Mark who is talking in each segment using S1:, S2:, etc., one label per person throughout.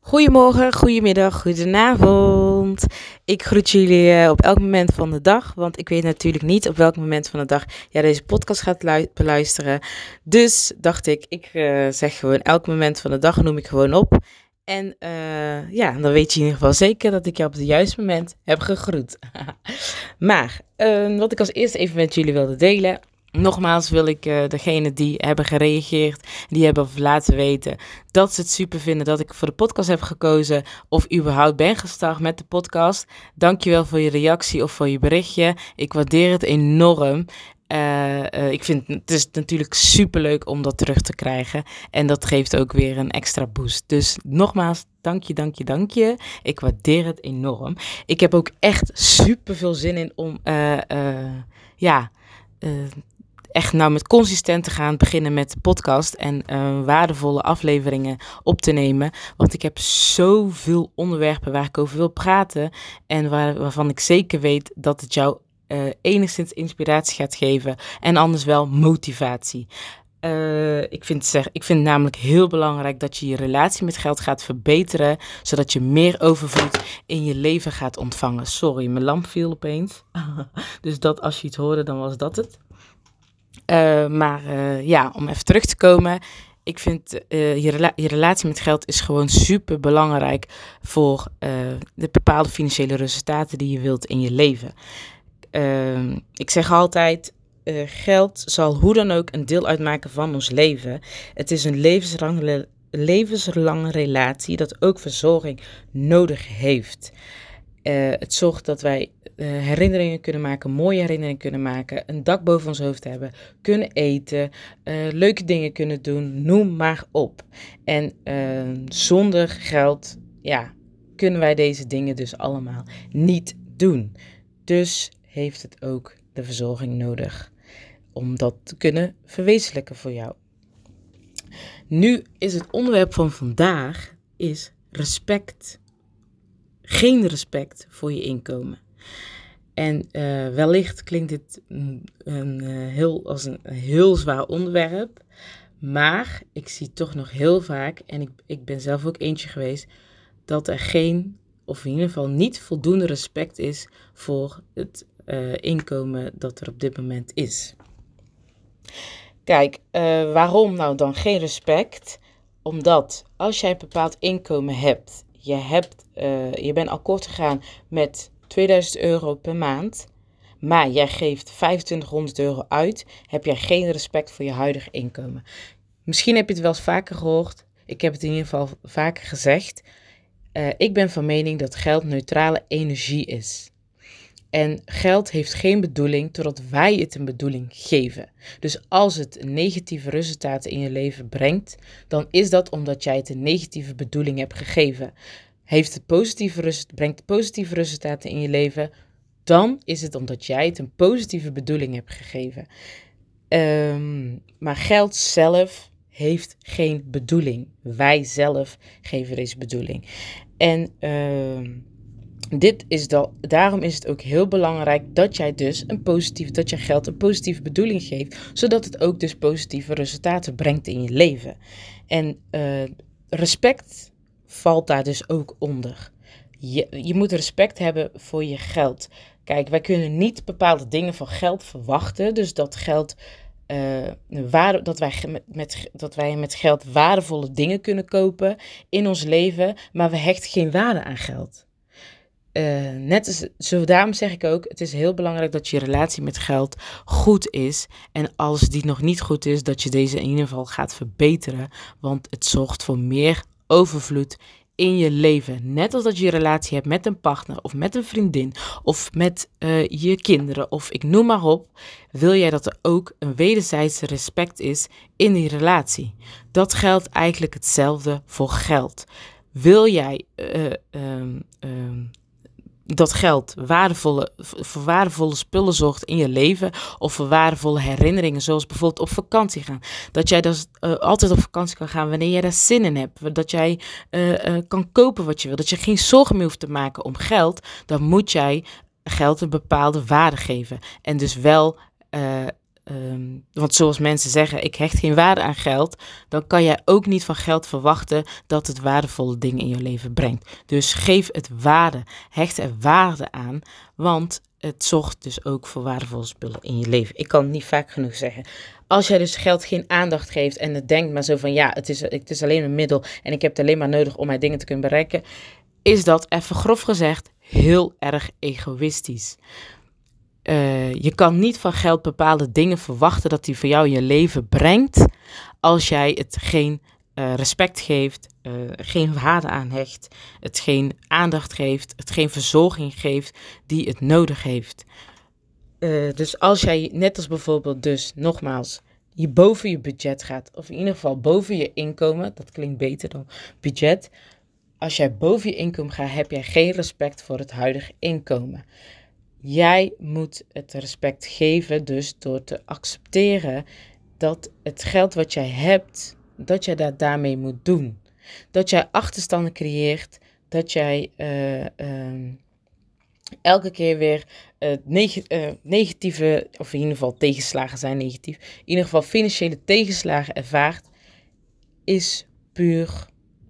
S1: Goedemorgen, goedemiddag, goedenavond. Ik groet jullie op elk moment van de dag, want ik weet natuurlijk niet op welk moment van de dag jij deze podcast gaat beluisteren. Dus dacht ik zeg gewoon elk moment van de dag noem ik gewoon op. En dan weet je in ieder geval zeker dat ik je op het juiste moment heb gegroet. Maar wat ik als eerste even met jullie wilde delen. Nogmaals wil ik degene die hebben gereageerd, die hebben laten weten dat ze het super vinden dat ik voor de podcast heb gekozen of überhaupt ben gestart met de podcast. Dankjewel voor je reactie of voor je berichtje. Ik waardeer het enorm. Ik vind het is natuurlijk superleuk om dat terug te krijgen en dat geeft ook weer een extra boost. Dus nogmaals, dank je. Ik waardeer het enorm. Ik heb ook echt super veel zin in om echt nou met consistent te gaan beginnen met de podcast en waardevolle afleveringen op te nemen. Want ik heb zoveel onderwerpen waar ik over wil praten en waarvan ik zeker weet dat het jou enigszins inspiratie gaat geven en anders wel motivatie. Ik vind namelijk heel belangrijk dat je je relatie met geld gaat verbeteren, zodat je meer overvloed in je leven gaat ontvangen. Sorry, mijn lamp viel opeens. Dus dat als je het hoorde, dan was dat het. Om even terug te komen. Ik vind je relatie met geld is gewoon super belangrijk voor de bepaalde financiële resultaten die je wilt in je leven. Ik zeg altijd, geld zal hoe dan ook een deel uitmaken van ons leven. Het is een levenslange relatie dat ook verzorging nodig heeft. Het zorgt dat wij herinneringen kunnen maken, mooie herinneringen kunnen maken, een dak boven ons hoofd hebben, kunnen eten, leuke dingen kunnen doen, noem maar op. En zonder geld, kunnen wij deze dingen dus allemaal niet doen. Dus heeft het ook de verzorging nodig om dat te kunnen verwezenlijken voor jou. Nu is het onderwerp van vandaag is respect. Geen respect voor je inkomen. En wellicht klinkt dit als een heel zwaar onderwerp. Maar ik zie toch nog heel vaak, en ik ben zelf ook eentje geweest, dat er geen, of in ieder geval niet voldoende respect is voor het inkomen dat er op dit moment is. Kijk, waarom nou dan geen respect? Omdat als jij een bepaald inkomen hebt, je bent akkoord gegaan met 2000 euro per maand, maar jij geeft 2500 euro uit, heb jij geen respect voor je huidige inkomen. Misschien heb je het wel eens vaker gehoord, ik heb het in ieder geval vaker gezegd. Ik ben van mening dat geld neutrale energie is. En geld heeft geen bedoeling totdat wij het een bedoeling geven. Dus als het negatieve resultaten in je leven brengt, dan is dat omdat jij het een negatieve bedoeling hebt gegeven. Brengt het positieve resultaten in je leven, dan is het omdat jij het een positieve bedoeling hebt gegeven. Maar geld zelf heeft geen bedoeling. Wij zelf geven deze bedoeling. En daarom is het ook heel belangrijk dat jij dus dat je geld een positieve bedoeling geeft, zodat het ook dus positieve resultaten brengt in je leven. En respect valt daar dus ook onder. Je moet respect hebben voor je geld. Kijk, wij kunnen niet bepaalde dingen van geld verwachten, dus dat geld dat wij met geld waardevolle dingen kunnen kopen in ons leven, maar we hechten geen waarde aan geld. Daarom zeg ik ook, het is heel belangrijk dat je relatie met geld goed is. En als die nog niet goed is, dat je deze in ieder geval gaat verbeteren. Want het zorgt voor meer overvloed in je leven. Net als dat je relatie hebt met een partner of met een vriendin of met je kinderen of ik noem maar op. Wil jij dat er ook een wederzijdse respect is in die relatie. Dat geldt eigenlijk hetzelfde voor geld. Wil jij dat geld voor waardevolle spullen zorgt in je leven of voor waardevolle herinneringen, zoals bijvoorbeeld op vakantie gaan. Dat jij dus altijd op vakantie kan gaan wanneer jij daar zin in hebt. Dat jij kan kopen wat je wil. Dat je geen zorgen meer hoeft te maken om geld. Dan moet jij geld een bepaalde waarde geven. En dus wel Want zoals mensen zeggen, ik hecht geen waarde aan geld, dan kan jij ook niet van geld verwachten dat het waardevolle dingen in je leven brengt. Dus geef het waarde, hecht er waarde aan, want het zorgt dus ook voor waardevolle spullen in je leven. Ik kan het niet vaak genoeg zeggen. Als jij dus geld geen aandacht geeft en het denkt maar zo van ja, het is alleen een middel en ik heb het alleen maar nodig om mijn dingen te kunnen bereiken, is dat, even grof gezegd, heel erg egoïstisch. Je kan niet van geld bepaalde dingen verwachten dat die voor jou in je leven brengt, als jij het geen respect geeft, geen waarde aan hecht, het geen aandacht geeft, het geen verzorging geeft die het nodig heeft. Dus als jij, net als bijvoorbeeld dus, nogmaals, je boven je budget gaat, of in ieder geval boven je inkomen, dat klinkt beter dan budget. Als jij boven je inkomen gaat, heb jij geen respect voor het huidige inkomen. Jij moet het respect geven, dus door te accepteren dat het geld wat jij hebt, dat jij dat daarmee moet doen. Dat jij achterstanden creëert, dat jij elke keer weer negatieve, of in ieder geval tegenslagen zijn negatief, in ieder geval financiële tegenslagen ervaart, is puur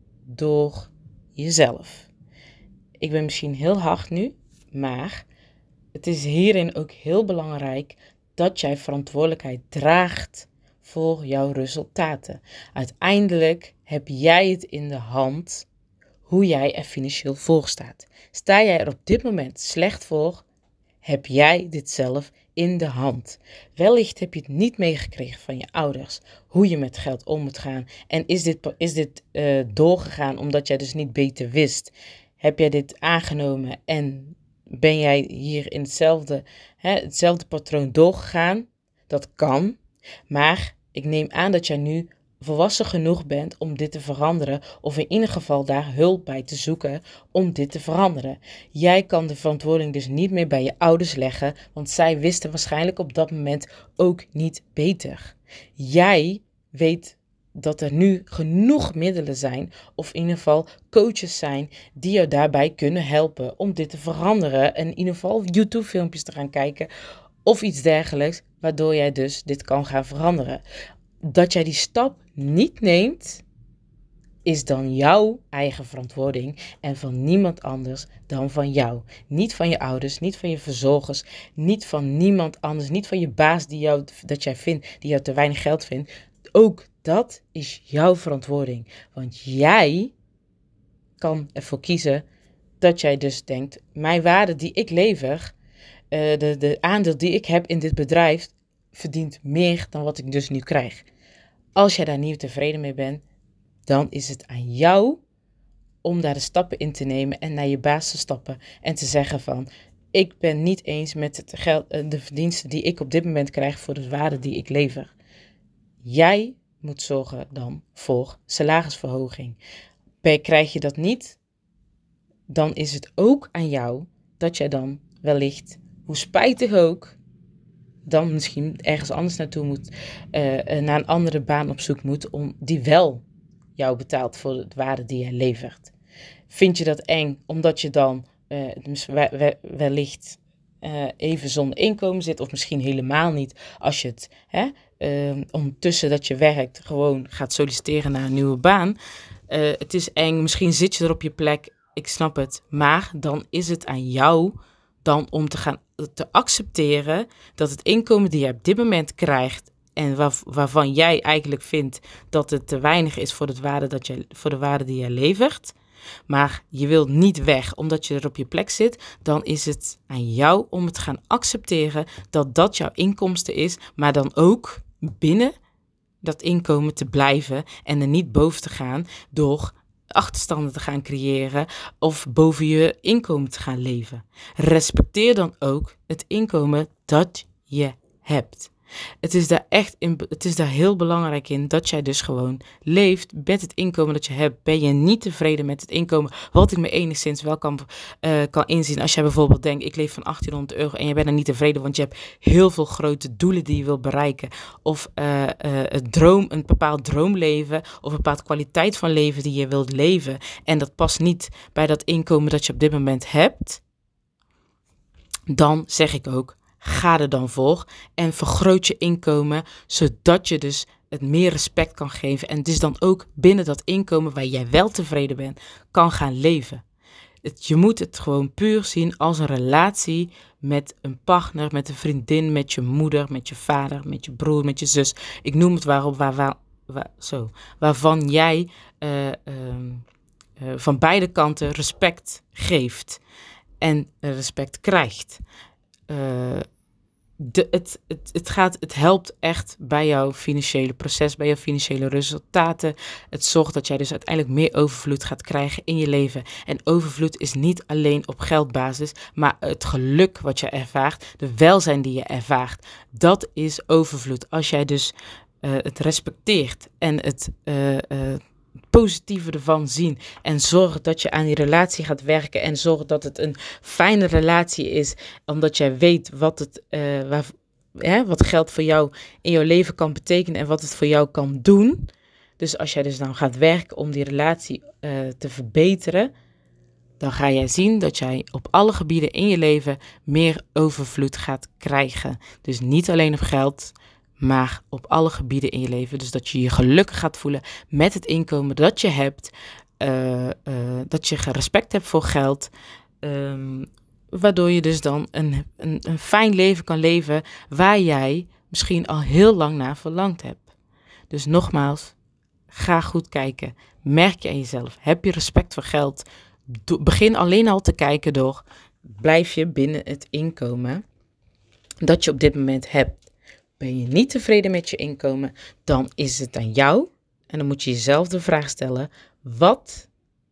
S1: door jezelf. Ik ben misschien heel hard nu, maar het is hierin ook heel belangrijk dat jij verantwoordelijkheid draagt voor jouw resultaten. Uiteindelijk heb jij het in de hand hoe jij er financieel voor staat. Sta jij er op dit moment slecht voor, heb jij dit zelf in de hand. Wellicht heb je het niet meegekregen van je ouders, hoe je met geld om moet gaan. En is dit doorgegaan omdat jij dus niet beter wist? Heb jij dit aangenomen en ben jij hier in hetzelfde patroon doorgegaan? Dat kan, maar ik neem aan dat jij nu volwassen genoeg bent om dit te veranderen, of in ieder geval daar hulp bij te zoeken om dit te veranderen. Jij kan de verantwoording dus niet meer bij je ouders leggen, want zij wisten waarschijnlijk op dat moment ook niet beter. Jij weet dat er nu genoeg middelen zijn, of in ieder geval coaches zijn, die jou daarbij kunnen helpen om dit te veranderen. En in ieder geval YouTube-filmpjes te gaan kijken, of iets dergelijks, waardoor jij dus dit kan gaan veranderen. Dat jij die stap niet neemt, is dan jouw eigen verantwoording en van niemand anders dan van jou. Niet van je ouders, niet van je verzorgers, niet van niemand anders, niet van je baas die jou te weinig geld vindt. Ook dat is jouw verantwoording, want jij kan ervoor kiezen dat jij dus denkt, mijn waarde die ik lever, de aandeel die ik heb in dit bedrijf, verdient meer dan wat ik dus nu krijg. Als jij daar niet tevreden mee bent, dan is het aan jou om daar de stappen in te nemen en naar je baas te stappen en te zeggen van, ik ben niet eens met het geld, de verdiensten die ik op dit moment krijg voor de waarde die ik lever. Jij moet zorgen dan voor salarisverhoging. Krijg je dat niet, dan is het ook aan jou dat jij dan wellicht, hoe spijtig ook, dan misschien ergens anders naartoe moet, naar een andere baan op zoek moet, die wel jou betaalt voor de waarde die jij levert. Vind je dat eng, omdat je dan wellicht even zonder inkomen zit, of misschien helemaal niet, als je het ondertussen dat je werkt gewoon gaat solliciteren naar een nieuwe baan. Het is eng, misschien zit je er op je plek, ik snap het, maar dan is het aan jou dan om te accepteren dat het inkomen die je op dit moment krijgt en waarvan jij eigenlijk vindt dat het te weinig is voor de waarde die jij levert, maar je wilt niet weg omdat je er op je plek zit, dan is het aan jou om het te gaan accepteren dat dat jouw inkomsten is, maar dan ook binnen dat inkomen te blijven en er niet boven te gaan door achterstanden te gaan creëren of boven je inkomen te gaan leven. Respecteer dan ook het inkomen dat je hebt. Het is daar heel belangrijk in dat jij dus gewoon leeft met het inkomen dat je hebt. Ben je niet tevreden met het inkomen, wat ik me enigszins wel kan inzien. Als jij bijvoorbeeld denkt, ik leef van €1800 en je bent er niet tevreden, want je hebt heel veel grote doelen die je wilt bereiken. Of een bepaald droomleven of een bepaalde kwaliteit van leven die je wilt leven. En dat past niet bij dat inkomen dat je op dit moment hebt. Dan zeg ik ook, ga er dan voor en vergroot je inkomen, zodat je dus het meer respect kan geven en dus dan ook binnen dat inkomen waar jij wel tevreden bent, kan gaan leven. Je moet het gewoon puur zien als een relatie met een partner, met een vriendin, met je moeder, met je vader, met je broer, met je zus. Ik noem het waarvan jij van beide kanten respect geeft en respect krijgt. Het helpt echt bij jouw financiële proces, bij jouw financiële resultaten. Het zorgt dat jij dus uiteindelijk meer overvloed gaat krijgen in je leven. En overvloed is niet alleen op geldbasis, maar het geluk wat je ervaart, de welzijn die je ervaart, dat is overvloed. Als jij dus het respecteert en het positieve ervan zien en zorg dat je aan die relatie gaat werken en zorg dat het een fijne relatie is, omdat jij weet wat geld voor jou in jouw leven kan betekenen en wat het voor jou kan doen. Dus als jij dus dan gaat werken om die relatie te verbeteren, dan ga jij zien dat jij op alle gebieden in je leven meer overvloed gaat krijgen. Dus niet alleen op geld, maar op alle gebieden in je leven. Dus dat je je gelukkig gaat voelen met het inkomen dat je hebt. Dat je respect hebt voor geld. Waardoor je dus dan een fijn leven kan leven waar jij misschien al heel lang naar verlangd hebt. Dus nogmaals, ga goed kijken. Merk je aan jezelf. Heb je respect voor geld? Begin alleen al te kijken door, blijf je binnen het inkomen dat je op dit moment hebt. Ben je niet tevreden met je inkomen, dan is het aan jou. En dan moet je jezelf de vraag stellen, wat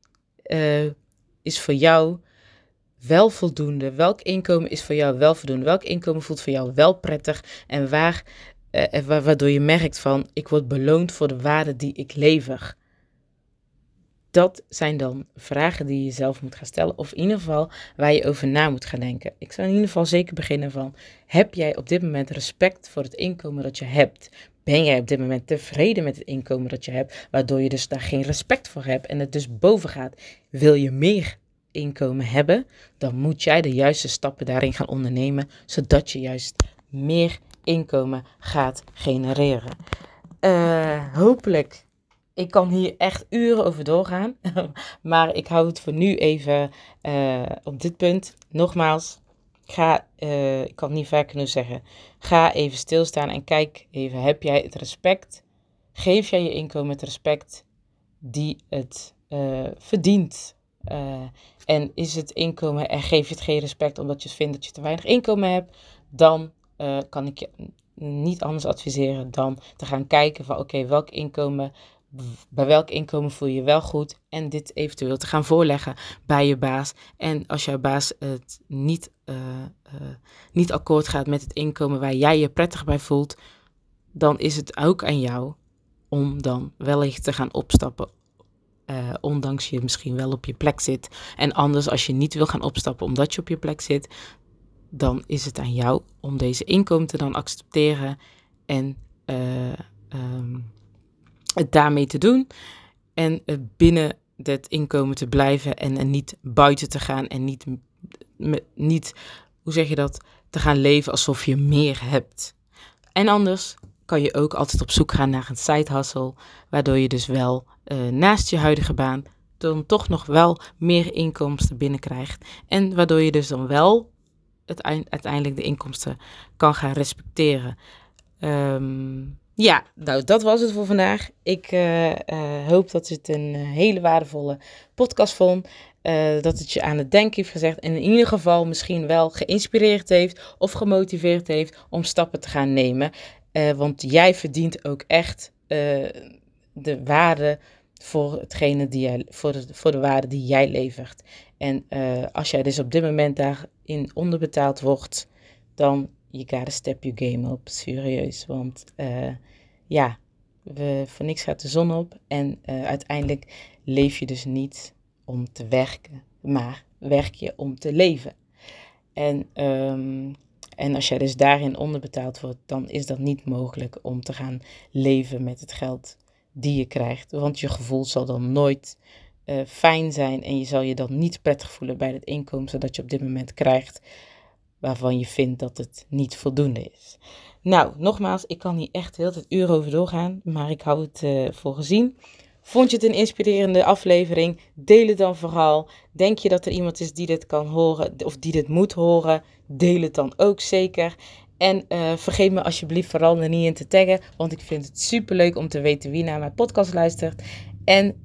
S1: is voor jou wel voldoende? Welk inkomen is voor jou wel voldoende? Welk inkomen voelt voor jou wel prettig? En waardoor je merkt van, ik word beloond voor de waarde die ik lever. Dat zijn dan vragen die je zelf moet gaan stellen. Of in ieder geval waar je over na moet gaan denken. Ik zou in ieder geval zeker beginnen van, heb jij op dit moment respect voor het inkomen dat je hebt? Ben jij op dit moment tevreden met het inkomen dat je hebt? Waardoor je dus daar geen respect voor hebt en het dus boven gaat. Wil je meer inkomen hebben? Dan moet jij de juiste stappen daarin gaan ondernemen. Zodat je juist meer inkomen gaat genereren. Hopelijk. Ik kan hier echt uren over doorgaan, maar ik hou het voor nu even op dit punt. Nogmaals, ik kan het niet vaak genoeg zeggen, ga even stilstaan en kijk even, heb jij het respect? Geef jij je inkomen het respect die het verdient? En is het inkomen en geef je het geen respect omdat je vindt dat je te weinig inkomen hebt, dan kan ik je niet anders adviseren dan te gaan kijken van oké, bij welk inkomen voel je je wel goed en dit eventueel te gaan voorleggen bij je baas. En als jouw baas het niet akkoord gaat met het inkomen waar jij je prettig bij voelt, dan is het ook aan jou om dan wellicht te gaan opstappen. Ondanks je misschien wel op je plek zit. En anders als je niet wil gaan opstappen omdat je op je plek zit, dan is het aan jou om deze inkomen te dan accepteren en het daarmee te doen en binnen het inkomen te blijven en niet buiten te gaan en niet, hoe zeg je dat, te gaan leven alsof je meer hebt. En anders kan je ook altijd op zoek gaan naar een side hustle, waardoor je dus wel naast je huidige baan dan toch nog wel meer inkomsten binnenkrijgt en waardoor je dus dan wel uiteindelijk de inkomsten kan gaan respecteren. Ja, nou dat was het voor vandaag. Ik hoop dat je het een hele waardevolle podcast vond. Dat het je aan het denken heeft gezegd. En in ieder geval misschien wel geïnspireerd heeft of gemotiveerd heeft om stappen te gaan nemen. Want jij verdient ook echt de waarde voor hetgene voor de waarde die jij levert. En als jij dus op dit moment daarin onderbetaald wordt, dan you gotta step your game up, serieus. Want voor niks gaat de zon op. En uiteindelijk leef je dus niet om te werken, maar werk je om te leven. En als jij dus daarin onderbetaald wordt, dan is dat niet mogelijk om te gaan leven met het geld die je krijgt. Want je gevoel zal dan nooit fijn zijn en je zal je dan niet prettig voelen bij het inkomen dat je op dit moment krijgt. waarvan je vindt dat het niet voldoende is. Nou, nogmaals, ik kan hier echt heel het uur over doorgaan, maar ik hou het voor gezien. Vond je het een inspirerende aflevering? Deel het dan vooral. Denk je dat er iemand is die dit kan horen of die dit moet horen? Deel het dan ook zeker. En vergeet me alsjeblieft vooral er niet in te taggen, want ik vind het superleuk om te weten wie naar mijn podcast luistert. En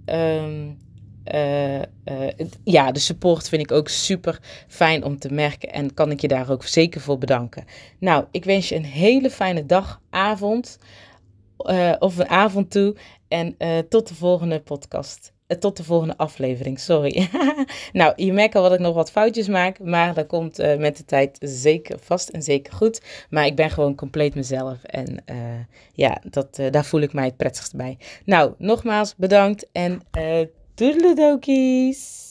S1: de support vind ik ook super fijn om te merken en kan ik je daar ook zeker voor bedanken. Nou, ik wens je een hele fijne dag, avond of een avond toe en tot de volgende podcast. Tot de volgende aflevering, sorry. Nou, je merkt al dat ik nog wat foutjes maak, maar dat komt met de tijd zeker vast en zeker goed. Maar ik ben gewoon compleet mezelf en daar voel ik mij het prettigst bij. Nou, nogmaals bedankt en doedeledokies!